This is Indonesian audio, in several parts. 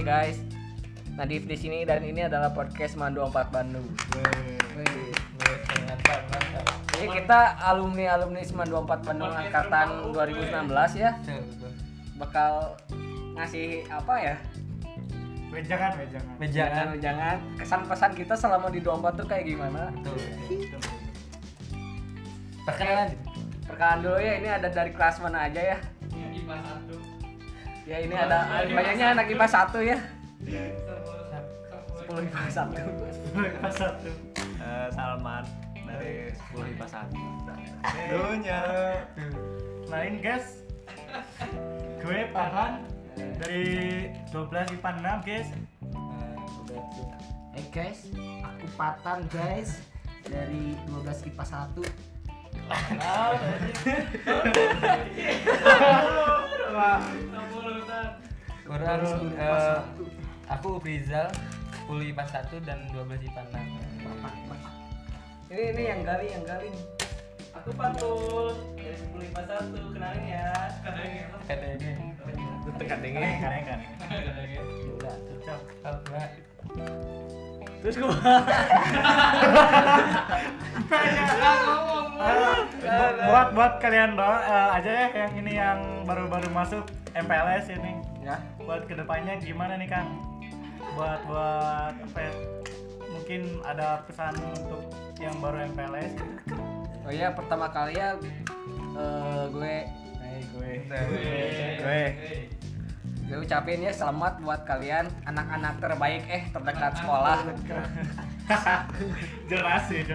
guys, Nadif di sini dan ini adalah podcast Mandu 4 Bandung. Jadi kita alumni Mandu 4 Bandung angkatan 2019 ya. Bakal ngasih apa ya? Wejangan. Kesan pesan kita selama di 24 tuh kayak gimana? Perkenalan dulu ya, ini ada dari kelas mana aja ya? IPA 1. Ya ini ada banyaknya anak IPA 1 ya. 10 IPA 1. Salman dari 10 IPA 1. Dunya. Lain guys. Gue Farhan dari 12 IPA 6 guys. Guys, aku Patan guys dari 12 IPA 1. Aku Rizal 10 IPA 1 dan 12 IPA 6. Ini yang gali. Aku Patul dari 10 IPA 1. Kenalin ya. Kadang Enggak, cocok. Terus gue buat kalian aja ya yang ini yang baru masuk MPLS ini ya. Buat kedepannya gimana nih Kang? Buat apa ya? Mungkin ada pesan untuk yang baru MPLS. Oh iya, pertama kali ya gue ucapin ya selamat buat kalian anak-anak terbaik terdekat sekolah. Jonasi.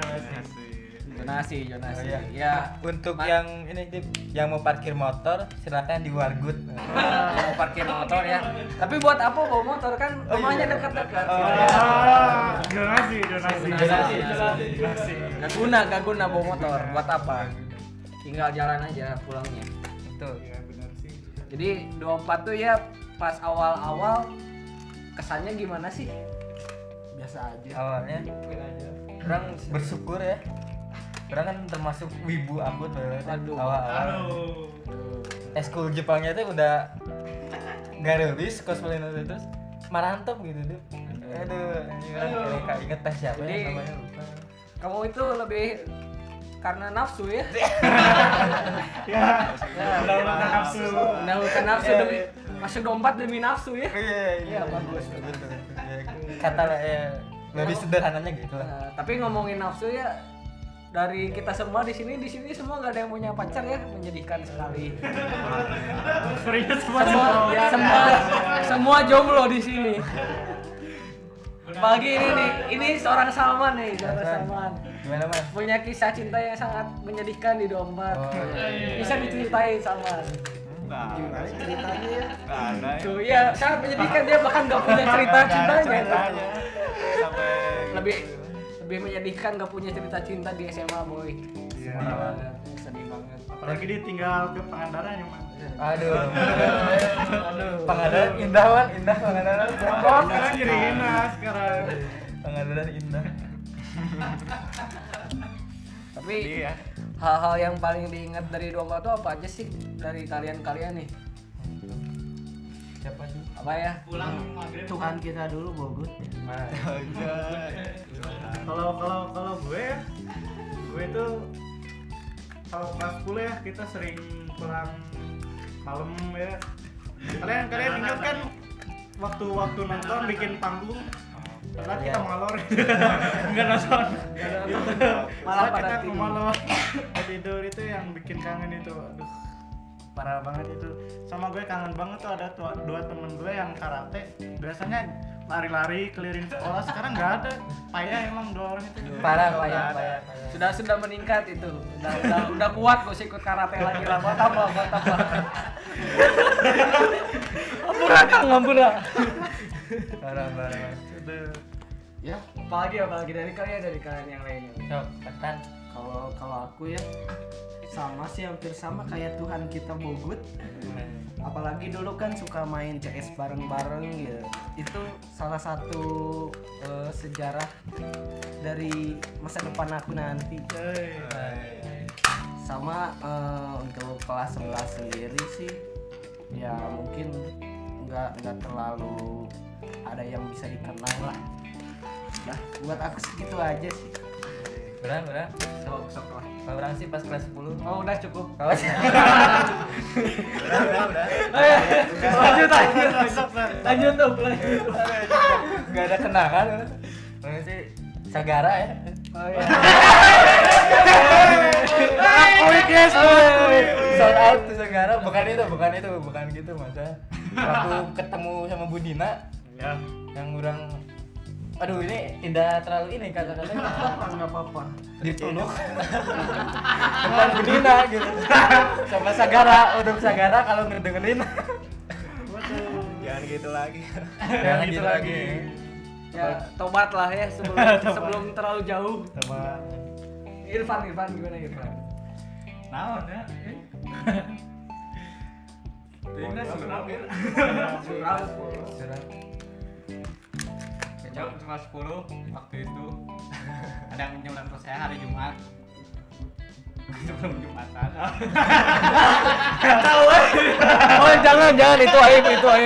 Oh, iya. Ya, Untuk yang ini Dip, yang mau parkir motor silakan di Wargut. mau parkir motor ya. Tapi buat apa bawa motor kan rumahnya dekat-dekat. Jonasi. Gak guna bawa motor. Buat apa? Tinggal jalan aja pulangnya. Betul. Iya benar sih. Jadi 24 tuh ya pas awal-awal kesannya gimana sih? Biasa aja. Awalnya orang bersyukur ya. Orang kan termasuk wibu akut banget. Awal-awal. Eskul Jepangnya tuh udah nggak rilis cosplay itu terus marantap gitu tuh. Aduh, kayak inget tes siapa Jadi, ya namanya lupa. Kamu itu lebih karena nafsu ya? Mendahulukan nafsu demi masuk 24 demi nafsu ya? Iya bagus. Kata lebih sederhananya gitu lah. Nah, tapi ngomongin nafsu ya, dari kita semua di sini semua nggak ada yang punya pacar ya, menyedihkan sekali. Serius Semua jomblo di sini. Apalagi ini seorang Salman nih, Salman. Gimana Mas? Punya kisah cinta yang sangat menyedihkan di 24. Bisa diceritain Salman. Gimana ceritanya ya? Tuh ya, sangat menyedihkan, dia bahkan nggak punya cerita cintanya. Sampai Lebih menyedihkan nggak punya cerita cinta di SMA boy. Iya. Sedih banget. Apalagi dia tinggal ke Pangandaran ya man. Aduh. Pangandaran indah Pangandaran. Sekarang jadi enak sekarang. Pangandaran indah. Tapi hal-hal yang paling diingat dari 24 itu apa aja sih dari kalian nih? Siapa sih? Apa ya? Tuhan kita dulu Bogut. Kalau gue tuh kalau kelas 10 ya kita sering pulang malam ya. Kalian ingat kan waktu nonton bikin panggung karena kita malor nggak nonton Malah kita pada tidur. malor tidur itu yang bikin kangen itu. Aduh parah banget itu. Sama gue kangen banget tuh ada dua temen gue yang karate biasanya lari-lari keliling sekolah, sekarang nggak ada. Payah emang dua orang itu. Parah. Sudah meningkat itu. Udah kuat gue ikut karate lagi lah. Buat apa? Ngampura. Parah. Ya, Apalagi dari kalian yang lainnya. Sok, Patan. kalau aku ya sama sih, hampir sama kayak Tuhan kita Bogut. Apalagi dulu kan suka main CS bareng-bareng gitu. Itu salah satu sejarah dari masa depan aku nanti. Sama untuk kelas 11 sendiri sih ya mungkin nggak terlalu ada yang bisa dikenal lah. Nah, buat aku segitu aja sih. Berang. Sok lah. Kalau orang sih pas kelas 10. Oh, udah cukup. Kalau Udah. Lanjut tuh. nggak ada kenangan. Orang sih Sagara ya. Oh iya. Shout out to Sagara. Bukan gitu masa. Waktu ketemu sama Budina Ya. yang orang aduh ini tidak terlalu ini kata-katanya Nggak apa-apa. dituluk depan Budina gitu sama Sagara untuk Sagara kalau ngedengerin Jangan gitu lagi. jangan gitu lagi. Ya, tobat lah ya sebelum terlalu jauh. Sama Irfan gimana Irfan? naon ya? Tinggal suram. Kecil cuma 10 waktu itu ada yang menyeberang ke saya hari Jumat sebelum Jumatan. Oh jangan itu aib.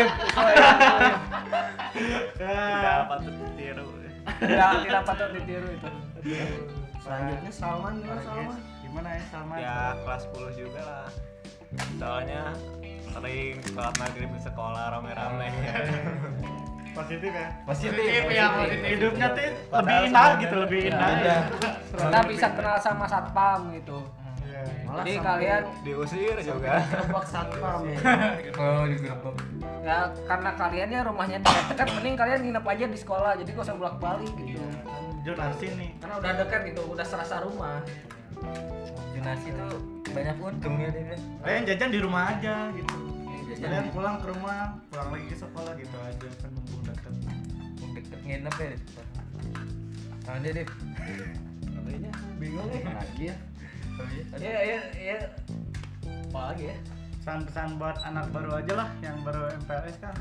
Tidak patut ditiru. Tidak patut ditiru itu. Selanjutnya Salman. Gimana ya Salman? Ya kelas 10 juga lah. Soalnya sering sholat maghrib di sekolah rame-rame. Positif ya. Positif Hidupnya tuh lebih Padahal indah semuanya- gitu, lebih indah. Iya. Kita bisa kenal sama satpam gitu. Iya. Jadi kalian Diusir juga. Gerbak satpam ya. oh digerebek ya karena kalian ya rumahnya dekat, mending kalian nginep aja di sekolah. Jadi gak usah bolak-balik gitu. Jonasi nih. Karena udah dekat gitu, udah serasa rumah. donasi tuh banyak untungnya dia. Kalian jajan di rumah aja gitu. Jajan Kalian pulang ke rumah, pulang lagi ke sekolah gitu aja kan mumpung dekat. deket nginep ya. Nah dia Dip. Bingung nih. Lagi ya. Ya. Apa lagi ya? Pesan-pesan buat anak baru aja lah yang baru MPLS kan.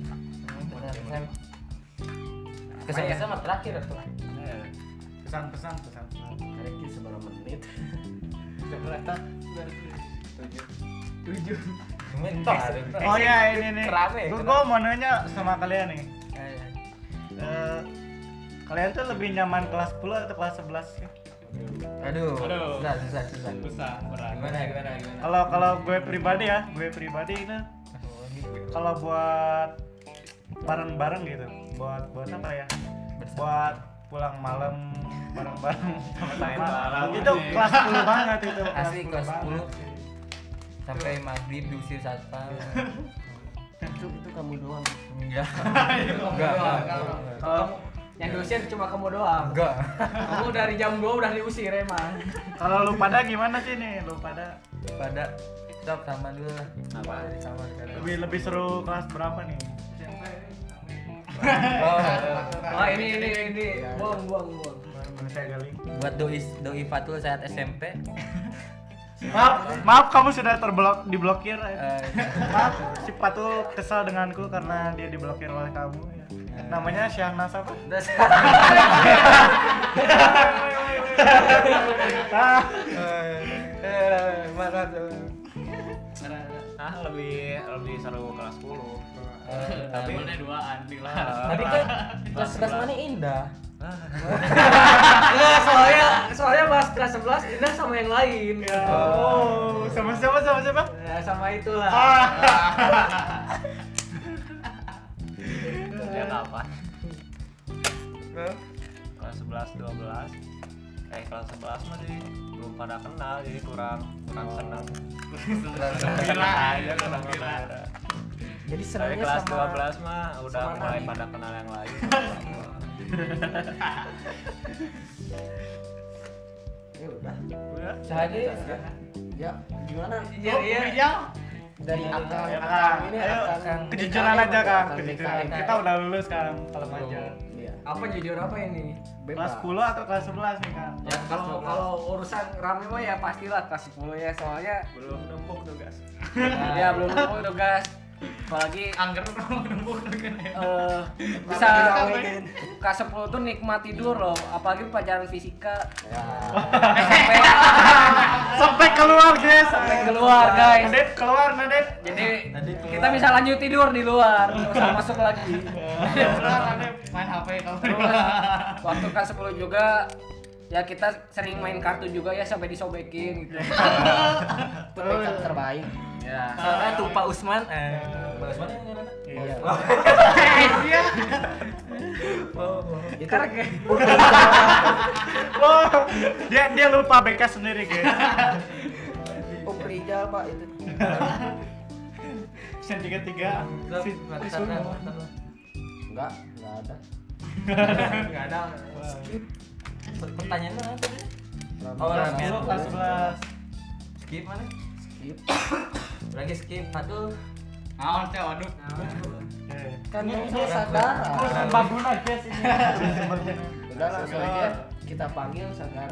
Kesan sama terakhir tuh. Pesan-pesan. Kareki seberapa menit? Oh ya ini nih. Kerame, Gua mau nanya sama kalian nih. Kalian tuh lebih nyaman kelas 10 atau kelas 11 sih? Aduh. Aduh. Susah. Susah berat. Gimana? Kalau gue pribadi ini kalau buat bareng-bareng gitu, buat apa ya? Buat pulang malam bareng-bareng sama itu kelas 10 banget itu. Asli kelas 10 banget. sampai maghrib diusir satpam. Itu kamu doang. Enggak. Kalau yang diusir cuma kamu doang. Enggak. Kamu dari jam 2 udah diusir emang. Kalau lu pada gimana sih nih? Lu pada Pada stop sama dulu lah. Apa? Sama sekarang. lebih seru kelas berapa nih? Oh, Oh ini buang. Saya kali. buat doi Fatul saat SMP. Maaf kamu sudah diblokir. Maaf, si Patul kesal denganku karena dia diblokir oleh kamu ya. Namanya Syahnas apa? Nah, lebih seru kelas 10. Tapi mana duaan di lah. Tapi kan kelas mana indah. Enggak, soalnya pas kelas 11 Indah sama yang lain. Oh, sama siapa? Ya, sama itulah. Dia kapan? Kelas 11 12. Kelas 11 masih belum pada kenal jadi kurang senang. Gila. Aja kurang kenal. Jadi Tapi senangnya kelas sama 12 mah udah sama mulai Nani. pada kenal yang lain. ya udah. Saja. Ya, gimana? Iya. Dari akang ini Ayo, akang kejujuran aja Kang, akang kejujuran. DKI. Kita udah lulus Kang, kalem aja. Iya. Apa jujur apa ini? Kelas 10 atau kelas 11 nih Kang? Ya kalau urusan rame mah ya pastilah kelas 10 ya soalnya Belum numpuk tugas. ya belum tahu tugas. apalagi angker nembuk kan bisa K10 tuh nikmat tidur loh, apalagi pelajaran fisika Sampai keluar guys. guys. Nadep keluar Nadep. Jadi kita bisa lanjut tidur di luar, nggak usah masuk lagi. keluar Nadep main HP kamu Terus waktu K10 juga ya kita sering main kartu juga ya sampai disobekin gitu. Itu terbaik. Ya. Soalnya tuh Pak Usman Pak Usman yang mana? Iya. iya Itu Oh, dia lupa BK sendiri guys. Uprijal Pak itu. Sen 33. Enggak ada. Enggak ada. Pertanyaannya apa tadi? Oh, kelas 11. Skip mana? Skip. Lagi skip. Aduh. naon teh waduh Kan yang saya Sagara. Baguna guys ini. Udah langsung aja kita panggil Sagara.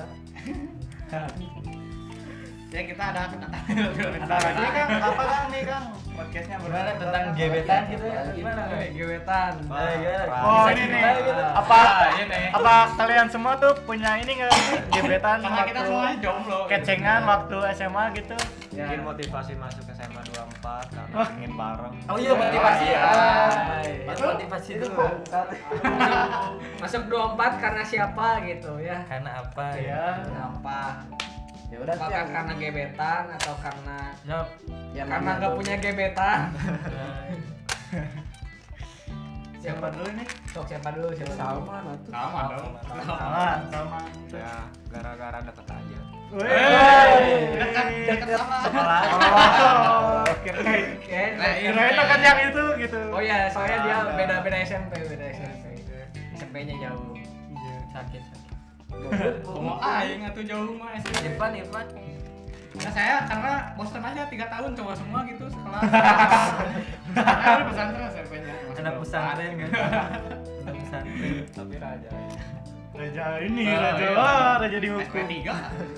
ya kita ada Ada lagi Kang, apa Kang nih Kang? Podcastnya Gimana tentang gebetan gitu ya? Gimana? Gebetan. Oh ini nih, apa ini apa kalian semua tuh punya ini nggak sih gebetan karena kita waktu semua jomblo kecengan waktu SMA gitu? Mungkin motivasi masuk SMA 24 karena ingin bareng. Oh iya motivasi ya. Itu Motivasi itu masuk 24 karena siapa gitu ya. karena apa ya? Ya. Kenapa? Ya udah Apakah karena gebetan atau karena Jawab. karena nggak punya gebetan? Siapa dulu nih? Sok siapa dulu? Siapa dulu? Salman atuh. sama dong Sama. Ya gara-gara deket aja. dekat sama Oh, kirain kan yang itu gitu. Oh iya, soalnya dia beda SMP. SMP-nya jauh. Sakit. mau aing atuh jauh mah SD Irfan. nah saya karena bosan aja 3 tahun coba semua gitu sekelas nah, pesantren SMP-nya Anak pesantren kan. Anak pesantren. Tapi raja. Raja ini, Oh, raja iya. wah, raja dihukum. SP3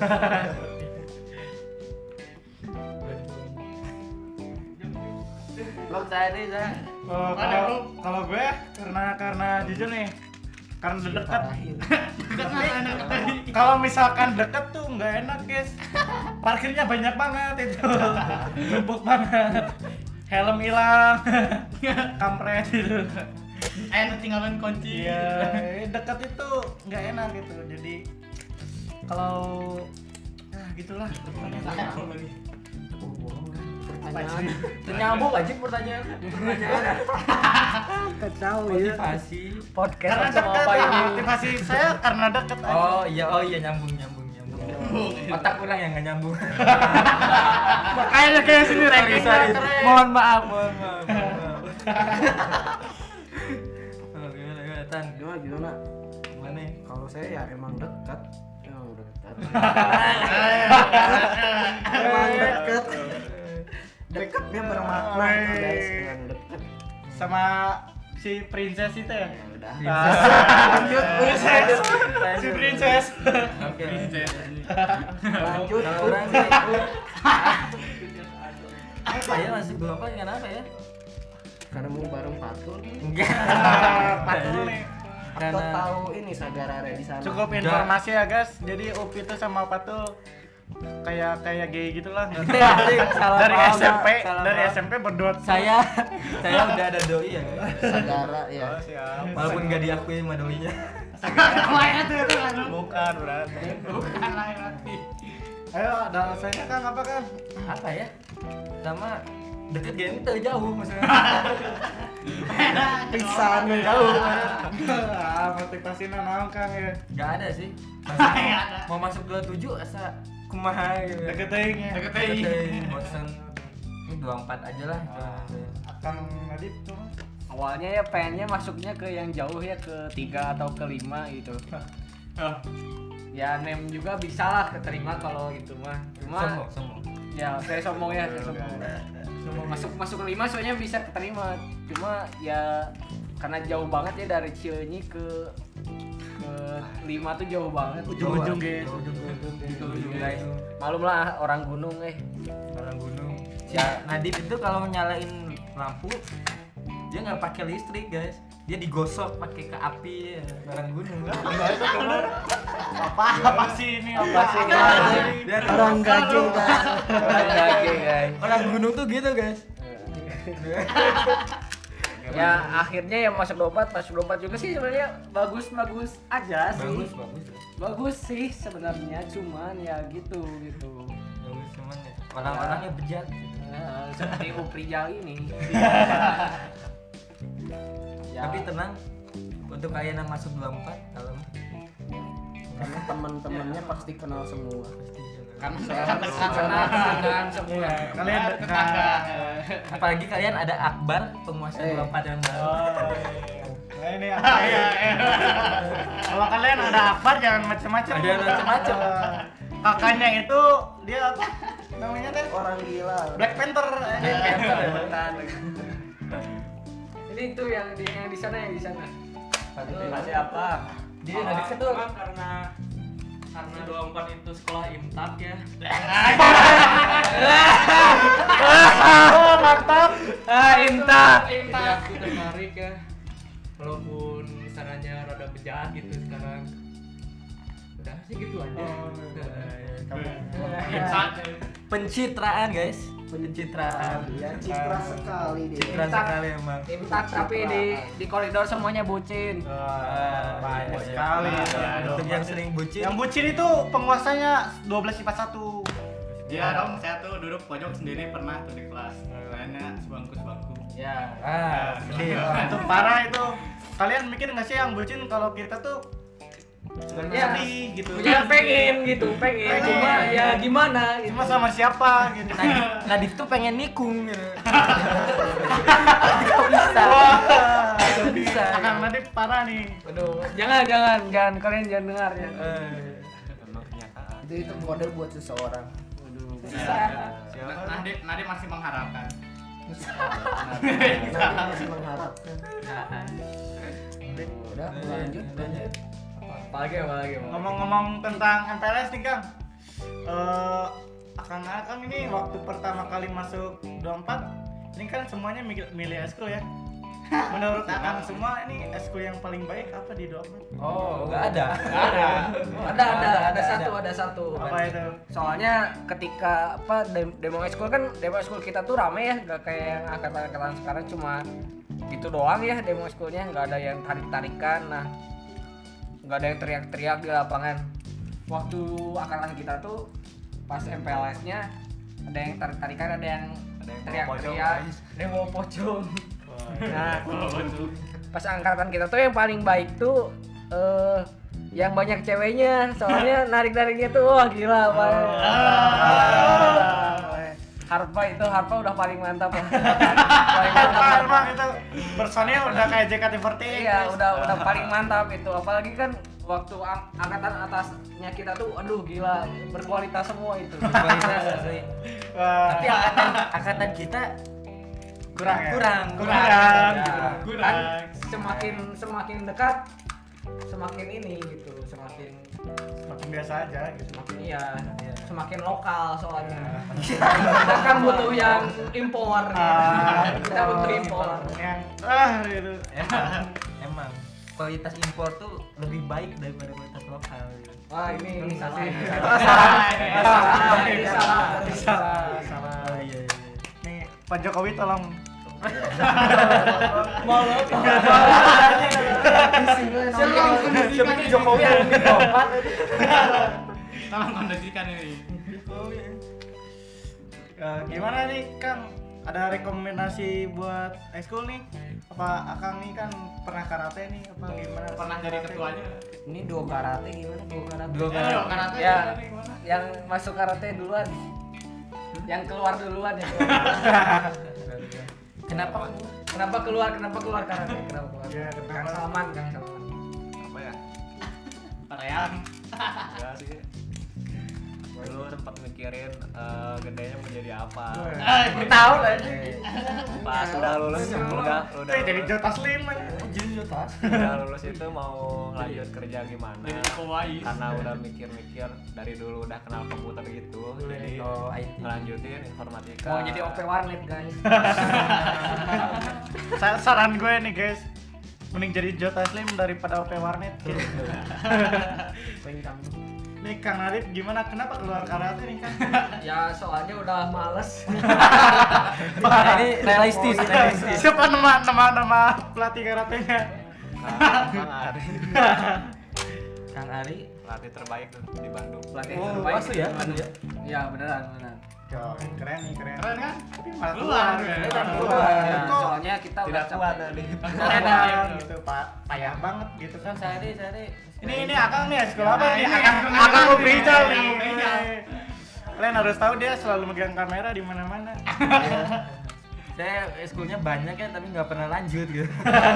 Belum saya nih saya. Oh, Ada, kalau Bro. kalau gue karena jujur nih, karena udah dekat. Kalau misalkan deket tuh nggak enak guys. Parkirnya banyak banget itu, numpuk banget. Helm hilang, kampret itu. tinggalin kunci Iya, deket itu nggak enak gitu. Jadi kalau gitulah. Nyambung aja pertanyaan. Kacau ya. Motivasi. Podcast Karena sama deket, apa ini? motivasi saya karena deket aja. Oh iya nyambung. Otak kurang yang nggak nyambung. Makanya kayak sini ranking Sorry. keren. Mohon maaf. Gimana Tan? Gimana? Gimana? Kalau saya ya emang dekat. Emang dekat. Dekatnya bermakna itu guys, emang dekat. Sama si princess itu ya. Ya udah. Lanjut princess. Si princess. Oke. Lanjut. Kalau orang sih apa ya masuk 24 kenapa ya? Karena mau bareng Fatul. Enggak. Patul nih. Atau Karena- tahu ini Sagara ada di sana. Cukup informasi ya guys. Jadi Upi itu sama Patul kayak gay gitulah. Salah Dari paham, SMP, salah dari paham. SMP berdua. saya udah ada doi ya guys. Sagara ya. Oh, siap. Walaupun nggak diakui sama doinya. Bukan berarti. bukan lain lagi Ayo, ada alasannya kan apa kan? Apa ya? Sama deket game itu jauh maksudnya. Pisan Jauh. Motivasi naon Kang ya. Nggak ada sih. Nggak ada. Mau masuk 27 asa kumaha gitu. Deket teuing ya. Deket bosan. Ini 24 aja lah. Akan Nadip tuh. Awalnya ya pengennya masuknya ke yang jauh ya, ke 3 atau ke 5 gitu. Ya nem juga bisa lah keterima kalau gitu mah. Cuma Sombong. ya saya sombong ya, saya sombong. Masuk 5 soalnya bisa keterima. Cuma ya karena jauh banget ya dari Cileunyi ke 5 tuh jauh banget. Ujung-ujung guys. Ujung guys. Malum lah orang gunung Orang gunung. Ya Nadib itu kalau nyalain lampu dia nggak pakai listrik guys, dia digosok pakai ke api barang gunung. Apa sih ini? Apa sih? Dia Orang gajah guys. Oke guys. orang gunung tuh gitu guys. Ya akhirnya yang masuk 24 juga sih sebenarnya bagus aja sih. Bagus sih sebenarnya, cuman ya gitu. Bagus cuman ya orang-orangnya bejat. Seperti Uprijal ini. Ya. Tapi tenang, untuk kalian yang masuk 24 kalau Karena teman-temannya pasti kenal semua. Karena Kenal semua. Kalian apalagi kalian ada Akbar penguasa 24 yang baru. Nah ini kalau kalian ada Akbar jangan macam-macam. Jangan macam-macam. Kakaknya itu dia apa? Namanya teh Orang gila. Black Panther. Ini tuh yang di sana. Masih apa? Dia nggak deket tuh. karena 24 itu sekolah imtak ya. Oh mantap. Inta. Jadi aku tertarik ya. Walaupun sananya rada bejat gitu sekarang. Udah sih gitu aja. Pencitraan guys, pencitraan. Ya citra sekali dia. Citra sekali emang. Imtak tapi di koridor semuanya bucin. Banyak sekali. Untuk yang sering bucin. Yang bucin itu penguasanya 12 IPA 1. Iya dong, saya tuh duduk pojok sendiri pernah tuh di kelas. Lainnya sebangku. Ya. Sedih. Itu parah itu. Kalian mikir nggak sih yang bucin kalau kita tuh Ya. sedih gitu. Ya pengen. Cuma ya gimana gitu. Cuma sama siapa gitu. Nadif tuh pengen nikung gitu. Wah, bisa. Akang Nadif parah nih. Waduh, jangan kalian jangan dengar ya. Itu kode buat seseorang. Nadif masih mengharapkan. Nanti masih mengharapkan. Udah lanjut. Apalagi. Ngomong-ngomong tentang MPLS nih Kang. Akang ini waktu pertama kali masuk 24 ini kan semuanya milih eskul ya. Menurut Akang semua ini eskul yang paling baik apa di 24? Oh, enggak ada. Ada satu. Apa itu? Soalnya ketika demo ekskul kita tuh rame ya, nggak kayak yang angkatan sekarang cuma gitu doang ya demo ekskulnya, nggak ada yang tarik-tarikan, nggak ada yang teriak-teriak di lapangan. Waktu angkatan kita tuh pas MPLS-nya ada yang tarik-tarikan, ada yang teriak-teriak, ada yang bawa pocong. Nah, pas angkatan kita tuh yang paling baik tuh yang banyak ceweknya, soalnya narik-nariknya tuh wah gila Pak. Harpa udah paling mantap lah. Paling mantap. Emang itu personil udah kayak JKT48. Iya, udah paling mantap itu. Apalagi kan waktu angkatan atasnya kita tuh aduh gila, berkualitas semua itu. Kualitas asli. Tapi angkatan kita kurang ya? kurang. Kan semakin dekat semakin ini gitu, semakin biasa aja gitu. semakin lokal soalnya. Kita kan butuh yang impor. Kita butuh impor. Yang gitu. Emang kualitas impor tuh lebih baik daripada kualitas lokal gitu. Wah, ini salah. Salah. Oh iya. Nih Pak Jokowi tolong. Siapa Jokowi yang di tempat? Tolong kondisikan ini. Gimana nih Kang? Ada rekomendasi buat ekskul nih? Apa Akang nih kan pernah karate nih? Apa gimana? Pernah jadi karate? ketuanya. Ini dua karate gimana? Dua Karate Ya, gimana? yang masuk karate duluan. Yang keluar duluan ya. Kenapa keluar karate? Kenapa keluar? Ya, Kang kenapa? Salman. Apa ya? Perayaan. Enggak sih. Dulu sempat mikirin gedenya mau jadi apa. Tahu lah. Pas udah lulus udah Jadi Jota Slim aja. Jadi tas. udah lulus itu mau lanjut kerja gimana? Jadi kawaii. Karena udah mikir-mikir dari dulu udah kenal komputer gitu, jadi Oh, IT. ngelanjutin informatika. Mau jadi OP warnet guys. Saran gue nih guys, mending jadi Jota Slim daripada OP Warnet. Nih Kang Arif gimana? Kenapa keluar karate nih Kang? Ya soalnya udah males. Nah, ini realistis. Siapa nama pelatih karatenya? Kang Ari, Kang Ari. pelatih terbaik tuh di Bandung. Pelatih Oh, terbaik. asli ya? Asli ya? Iya beneran. Keren nih, keren. Keren kan? Tapi malah Keluar, keluar. ya. Keluar. Keluar. Ya, Kok soalnya kita Tidak udah kuat capek. tadi. edan gitu, Pak. Payah banget gitu kan. Sehari. Ini Akang nih, sekolah apa ini? Akang Akang mau Rizal Akang nih. Rizal. Kalian harus tahu dia selalu megang kamera di mana-mana. Saya eskulnya banyak ya, tapi nggak pernah lanjut gitu.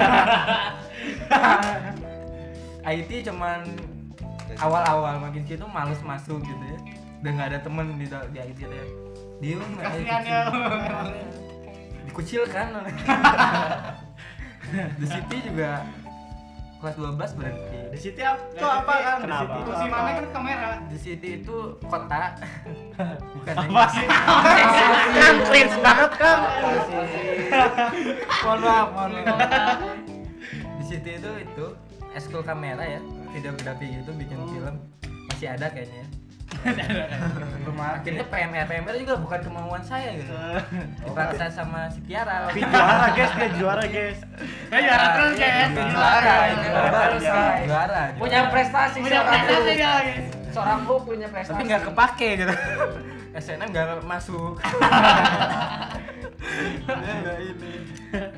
IT cuman awal-awal makin situ males masuk gitu ya. Udah nggak ada temen di IT ya. Dia Kasihan ya. dikucilkan. Di City juga kelas 12 berhenti. Di situ apa Kang? Di Kenapa? situ Kursi mana kan kamera? Di City itu kota. Bukan Apa sih? Kan cringe banget Kang. Mohon maaf. Di City itu eskul kamera ya, videografi gitu, bikin film masih ada kayaknya. Belum ada. Akhirnya PMR juga bukan kemauan saya gitu. Dipaksa sama si Kiara. Tapi juara guys, dia juara guys. Juara terus guys. Juara itu Baru selesai. juara. Punya prestasi Punya seorang prestasi Bu. guys. Seorang Bu punya prestasi. Tapi nggak kepake gitu. SNM nggak masuk. Dia nggak ini.